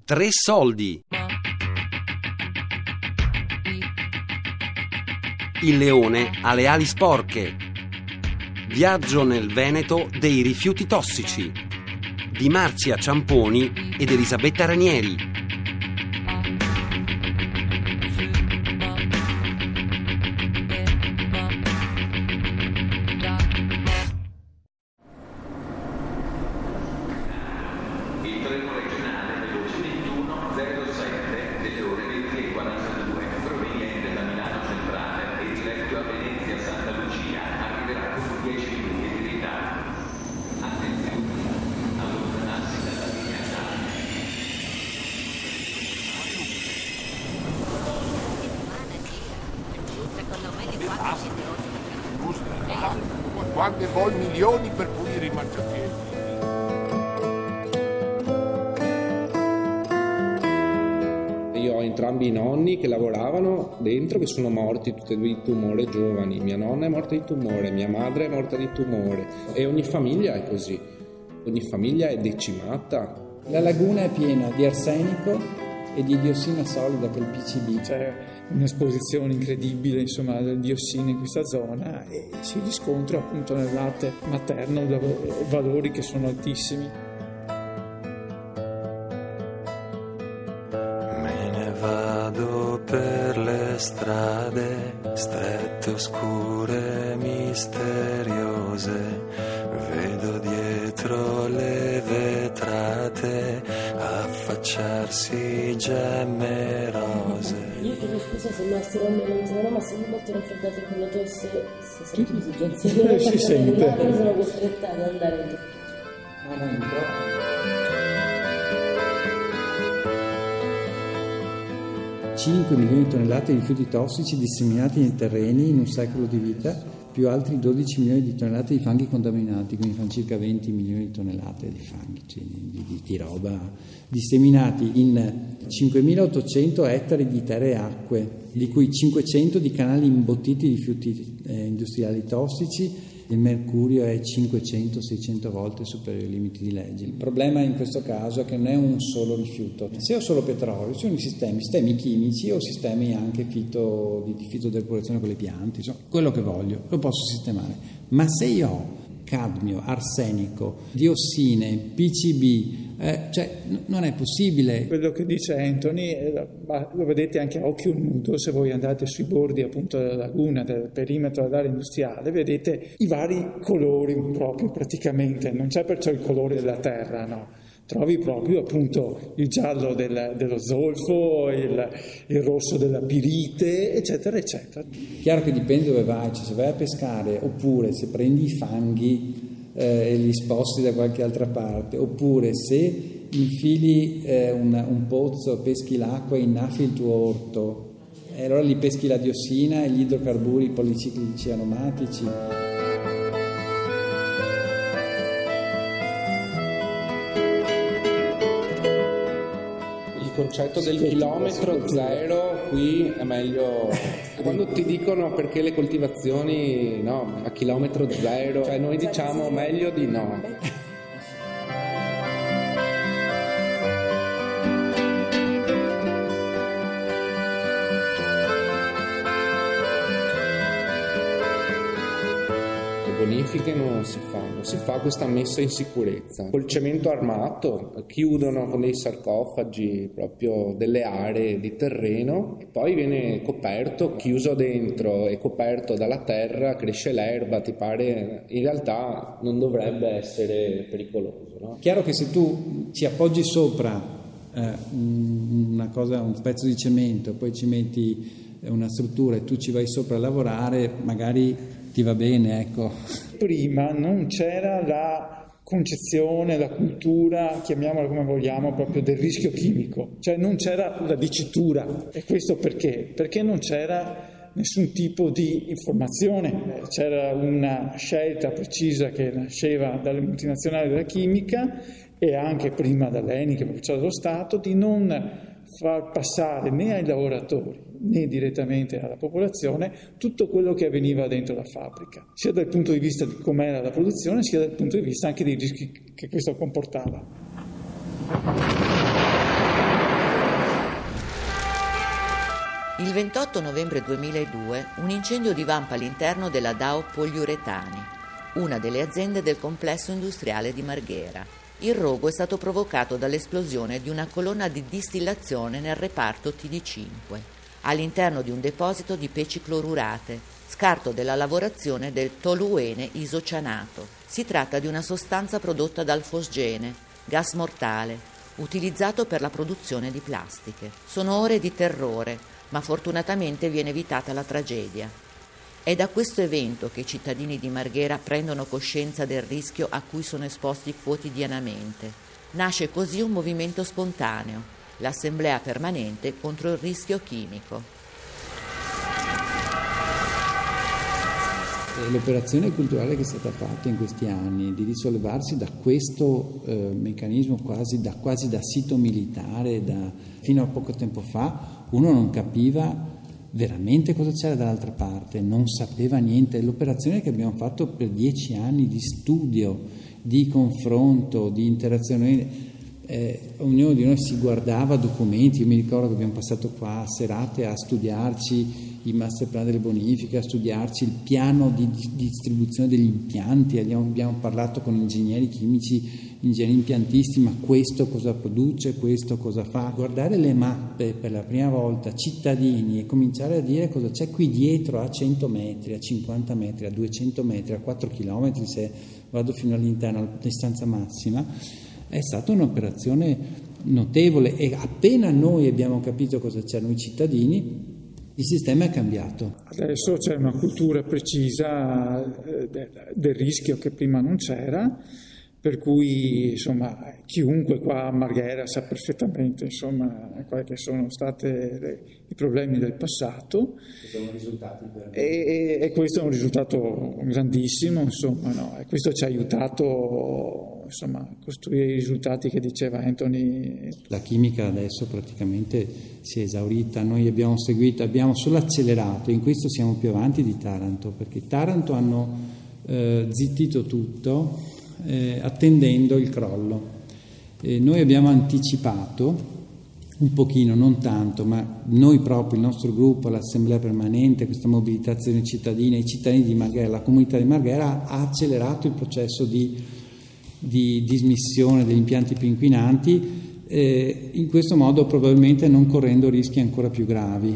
3 soldi. Il leone ha le ali sporche. Viaggio nel Veneto dei rifiuti tossici di Marzia Ciamponi ed Elisabetta Ranieri. Quante vuoi milioni per pulire i marciapiedi? Io ho entrambi i nonni che lavoravano dentro, che sono morti tutti e due di tumore giovani. Mia nonna è morta di tumore, mia madre è morta di tumore. E ogni famiglia è così. Ogni famiglia è decimata. La laguna è piena di arsenico e di diossina solida, che è il PCB. C'è un'esposizione incredibile, insomma, del diossina in questa zona e si riscontra appunto nel latte materno valori che sono altissimi. Me ne vado per le strade strette, oscure, misteriose. Vedo dietro le vetrate affacciarsi gemme rose. Io chiedo scusa se il nostro nome non sono, ma sono molto raffreddato con la tosse. Si sente l'esigenza? Si sente. Sono costretta ad andare. Ma non troppo. 5 milioni di tonnellate di rifiuti tossici disseminati nei terreni in un secolo di vita, più altri 12 milioni di tonnellate di fanghi contaminati, quindi fanno circa 20 milioni di tonnellate di fanghi, cioè di roba disseminati in 5.800 ettari di terre e acque, di cui 500 di canali imbottiti di rifiuti industriali tossici. Il mercurio è 500-600 volte superiore ai limiti di legge. Il problema in questo caso è che non è un solo rifiuto. Se ho solo petrolio, sono i sistemi chimici o sistemi anche di fitodepurazione con le piante, insomma, quello che voglio, lo posso sistemare. Ma se io ho cadmio, arsenico, diossine, PCB, non è possibile. Quello che dice Anthony lo vedete anche a occhio nudo se voi andate sui bordi appunto della laguna, del perimetro dell'area industriale, vedete i vari colori proprio praticamente, non c'è perciò il colore della terra, no. Trovi proprio appunto il giallo dello zolfo, il rosso della pirite, eccetera, eccetera. Chiaro che dipende dove vai, cioè se vai a pescare oppure se prendi i fanghi e li sposti da qualche altra parte, oppure se infili un pozzo, peschi l'acqua e innaffi il tuo orto, e allora lì peschi la diossina e gli idrocarburi policiclici aromatici. Il concetto del chilometro zero qui è meglio. Quando ti dicono perché le coltivazioni a chilometro zero, cioè noi diciamo meglio di no. Bonifiche non si fanno, si fa questa messa in sicurezza. Col cemento armato chiudono con dei sarcofagi proprio delle aree di terreno e poi viene coperto, chiuso dentro e coperto dalla terra, cresce l'erba, ti pare, in realtà non dovrebbe essere pericoloso, no? Chiaro che se tu ci appoggi sopra un pezzo di cemento, poi ci metti una struttura e tu ci vai sopra a lavorare, magari ti va bene, ecco. Prima non c'era la concezione, la cultura, chiamiamola come vogliamo, proprio del rischio chimico, cioè non c'era la dicitura. E questo perché? Perché non c'era nessun tipo di informazione, c'era una scelta precisa che nasceva dalle multinazionali della chimica e anche prima dall'ENI, che cioè dallo Stato, di non far passare né ai lavoratori né direttamente alla popolazione tutto quello che avveniva dentro la fabbrica, sia dal punto di vista di com'era la produzione, sia dal punto di vista anche dei rischi che questo comportava. Il 28 novembre 2002 un incendio divampa all'interno della Dow Poliuretani, una delle aziende del complesso industriale di Marghera. Il rogo è stato provocato dall'esplosione di una colonna di distillazione nel reparto TD5, all'interno di un deposito di peci clorurate, scarto della lavorazione del toluene isocianato. Si tratta di una sostanza prodotta dal fosgene, gas mortale, utilizzato per la produzione di plastiche. Sono ore di terrore, ma fortunatamente viene evitata la tragedia. È da questo evento che i cittadini di Marghera prendono coscienza del rischio a cui sono esposti quotidianamente. Nasce così un movimento spontaneo, l'Assemblea permanente contro il rischio chimico. L'operazione culturale che è stata fatta in questi anni di risollevarsi da questo meccanismo quasi da sito militare, fino a poco tempo fa, uno non capiva veramente cosa c'era dall'altra parte, non sapeva niente. L'operazione che abbiamo fatto per 10 anni di studio, di confronto, di interazione, ognuno di noi si guardava documenti. Io mi ricordo che abbiamo passato qua serate a studiarci i master plan delle bonifiche, a studiarci il piano di distribuzione degli impianti, abbiamo parlato con ingegneri chimici, ingegneri impiantisti, ma questo cosa produce, questo cosa fa, guardare le mappe per la prima volta, cittadini, e cominciare a dire cosa c'è qui dietro a 100 metri, a 50 metri, a 200 metri, a 4 chilometri se vado fino all'interno, alla distanza massima. È stata un'operazione notevole e appena noi abbiamo capito cosa c'è noi cittadini, il sistema è cambiato. Adesso c'è una cultura precisa del rischio che prima non c'era, per cui insomma chiunque qua a Marghera sa perfettamente insomma quali che sono stati i problemi del passato. Sono risultati e questo è un risultato grandissimo, insomma, no? E questo ci ha aiutato insomma a costruire i risultati che diceva Anthony. La chimica adesso praticamente si è esaurita, noi abbiamo solo accelerato, in questo siamo più avanti di Taranto, perché Taranto hanno zittito tutto attendendo il crollo. Noi abbiamo anticipato un pochino, non tanto, ma noi proprio, il nostro gruppo, l'Assemblea permanente, questa mobilitazione cittadina, i cittadini di Marghera, la comunità di Marghera ha accelerato il processo di dismissione degli impianti più inquinanti, in questo modo probabilmente non correndo rischi ancora più gravi.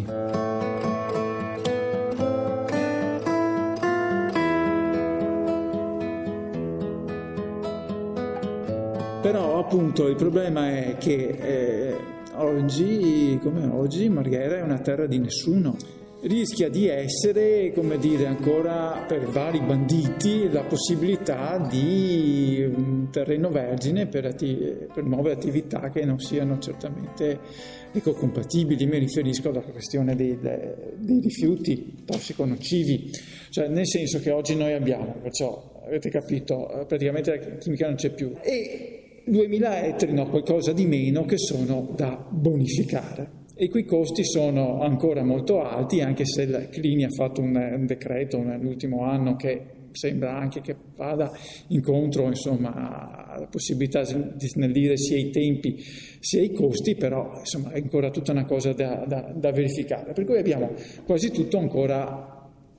Però appunto il problema è che oggi, come oggi, Marghera è una terra di nessuno. Rischia di essere, come dire, ancora per vari banditi la possibilità di un terreno vergine per nuove attività che non siano certamente ecocompatibili. Mi riferisco alla questione dei rifiuti tossico-nocivi, cioè nel senso che oggi noi abbiamo, perciò avete capito, praticamente la chimica non c'è più, e 2000 ettari, no, qualcosa di meno, che sono da bonificare. E quei costi sono ancora molto alti, anche se la Clini ha fatto un decreto nell'ultimo anno che sembra anche che vada incontro insomma alla possibilità di snellire sia i tempi sia i costi, però insomma è ancora tutta una cosa da verificare, per cui abbiamo quasi tutto ancora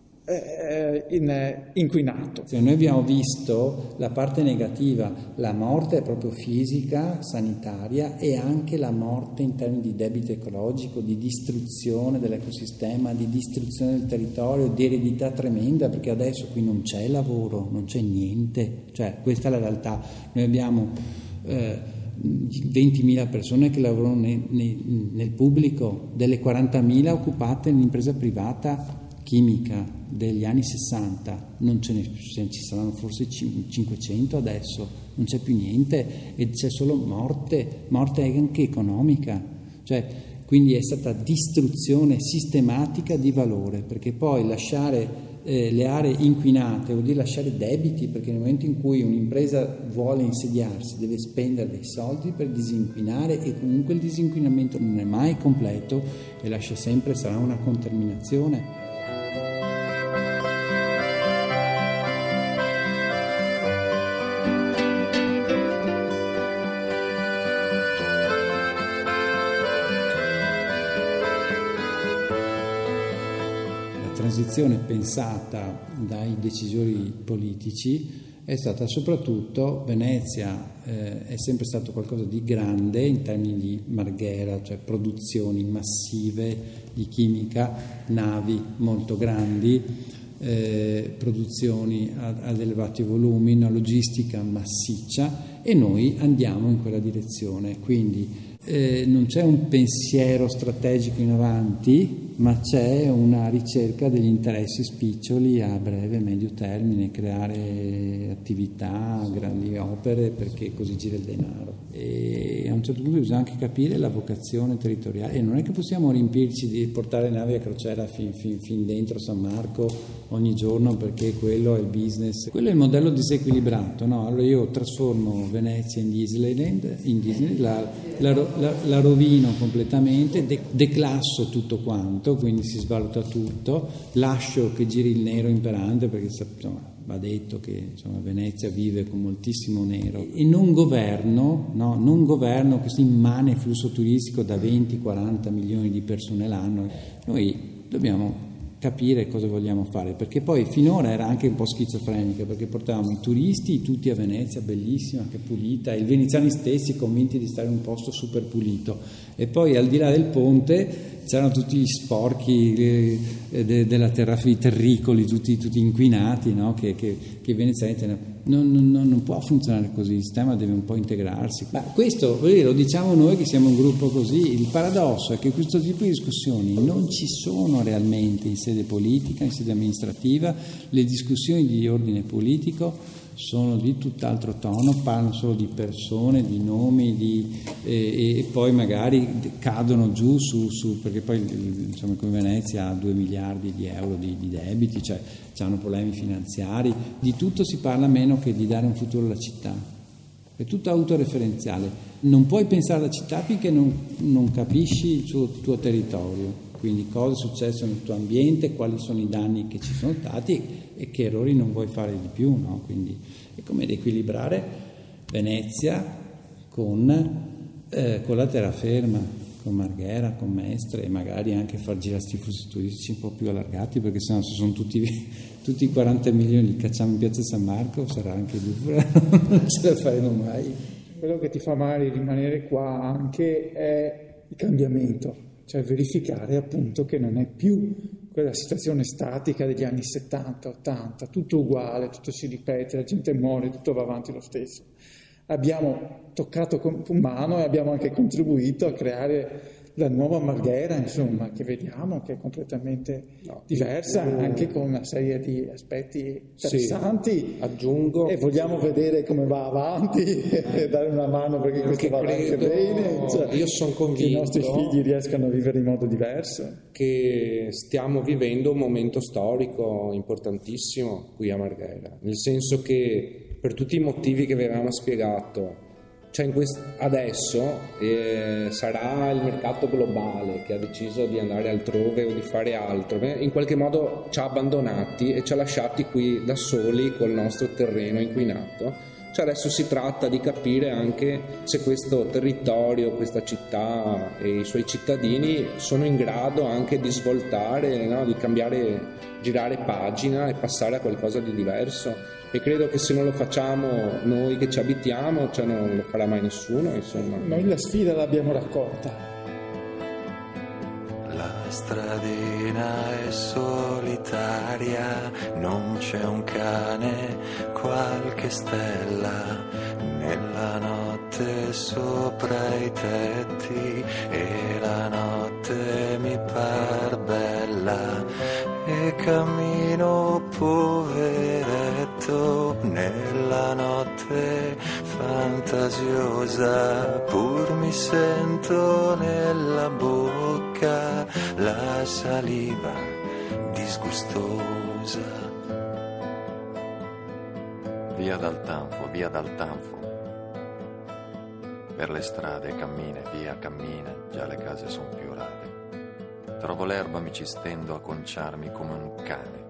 inquinato. Noi abbiamo visto la parte negativa, la morte proprio fisica, sanitaria, e anche la morte in termini di debito ecologico, di distruzione dell'ecosistema, di distruzione del territorio, di eredità tremenda, perché adesso qui non c'è lavoro, non c'è niente, cioè questa è la realtà. Noi abbiamo 20.000 persone che lavorano nel pubblico, delle 40.000 occupate nell'impresa privata chimica degli anni 60, non ce ne ci saranno forse 500 adesso, non c'è più niente e c'è solo morte anche economica, cioè quindi è stata distruzione sistematica di valore, perché poi lasciare le aree inquinate vuol dire lasciare debiti, perché nel momento in cui un'impresa vuole insediarsi deve spendere dei soldi per disinquinare, e comunque il disinquinamento non è mai completo e sarà una contaminazione. transizione pensata dai decisori politici è stata soprattutto Venezia, è sempre stato qualcosa di grande in termini di Marghera, cioè produzioni massive di chimica, navi molto grandi, produzioni ad elevati volumi, una logistica massiccia, e noi andiamo in quella direzione. Quindi non c'è un pensiero strategico in avanti, ma c'è una ricerca degli interessi spiccioli a breve e medio termine, creare attività, grandi opere, perché così gira il denaro. E a un certo punto bisogna anche capire la vocazione territoriale, e non è che possiamo riempirci di portare navi a crociera fin dentro San Marco ogni giorno, perché quello è il business, quello è il modello disequilibrato, no? Allora io trasformo Venezia in Disneyland, la rovino completamente, declasso tutto quanto, quindi si svaluta tutto, lascio che giri il nero imperante, perché insomma, va detto che insomma, Venezia vive con moltissimo nero, e non governo questo immane flusso turistico da 20-40 milioni di persone l'anno. Noi dobbiamo capire cosa vogliamo fare, perché poi finora era anche un po' schizofrenica, perché portavamo i turisti tutti a Venezia, bellissima, che pulita, e i veneziani stessi convinti di stare in un posto super pulito, e poi al di là del ponte c'erano tutti gli sporchi della terraferma, i terricoli tutti inquinati, no? che i veneziani non può funzionare così, il sistema deve un po' integrarsi. Ma questo lo diciamo noi che siamo un gruppo così. Il paradosso è che questo tipo di discussioni non ci sono realmente in sede politica, in sede amministrativa. Le discussioni di ordine politico sono di tutt'altro tono, parlano solo di persone, di nomi, e poi magari cadono giù su perché poi insomma come Venezia ha 2 miliardi di euro di debiti, cioè hanno problemi finanziari, di tutto si parla meno che di dare un futuro alla città. È tutto autoreferenziale, non puoi pensare alla città finché non capisci il tuo territorio, quindi cosa è successo nel tuo ambiente, quali sono i danni che ci sono stati e che errori non vuoi fare di più, no? Quindi è come equilibrare Venezia con la terraferma, con Marghera, con Mestre, e magari anche far girare questi flussi turistici un po' più allargati, perché sennò se sono tutti 40 milioni li cacciamo in piazza San Marco sarà anche dura, non ce la faremo mai. Quello che ti fa male rimanere qua anche è il cambiamento, cioè verificare appunto che non è più quella situazione statica degli anni 70-80, tutto uguale, tutto si ripete, la gente muore, tutto va avanti lo stesso. Abbiamo toccato con mano e abbiamo anche contribuito a creare la nuova Marghera, insomma, che vediamo che è completamente diversa, anche con una serie di aspetti interessanti. Sì, aggiungo. E vogliamo vedere come va avanti e dare una mano perché questo vada anche bene. Cioè, io sono convinto che i nostri figli riescano a vivere in modo diverso. Che stiamo vivendo un momento storico importantissimo qui a Marghera, nel senso che per tutti i motivi che vi avevamo spiegato, cioè adesso sarà il mercato globale che ha deciso di andare altrove o di fare altro, in qualche modo ci ha abbandonati e ci ha lasciati qui da soli col nostro terreno inquinato. Cioè adesso si tratta di capire anche se questo territorio, questa città e i suoi cittadini sono in grado anche di svoltare, no? Di cambiare, girare pagina e passare a qualcosa di diverso. E credo che se non lo facciamo noi che ci abitiamo, cioè non lo farà mai nessuno, insomma. Noi la sfida l'abbiamo raccolta. La stradina è solitaria, non c'è un cane, qualche stella nella notte sopra i tetti, e la notte mi par bella e cammino poveretto nella notte fantasiosa, pur mi sento nella bocca la saliva disgustosa. Via dal tanfo, per le strade cammina, già le case son più rade. Trovo l'erba, mi ci stendo a conciarmi come un cane.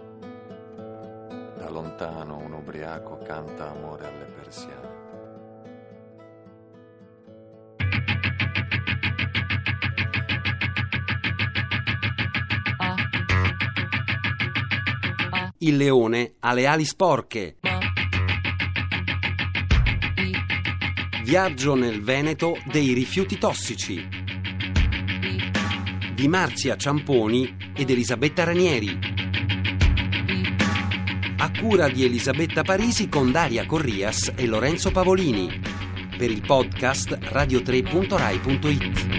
Da lontano un ubriaco canta amore alle persiane. Il leone ha le ali sporche. Viaggio nel Veneto dei rifiuti tossici di Marzia Ciamponi ed Elisabetta Ranieri, a cura di Elisabetta Parisi con Daria Corrias e Lorenzo Pavolini, per il podcast radio3.rai.it.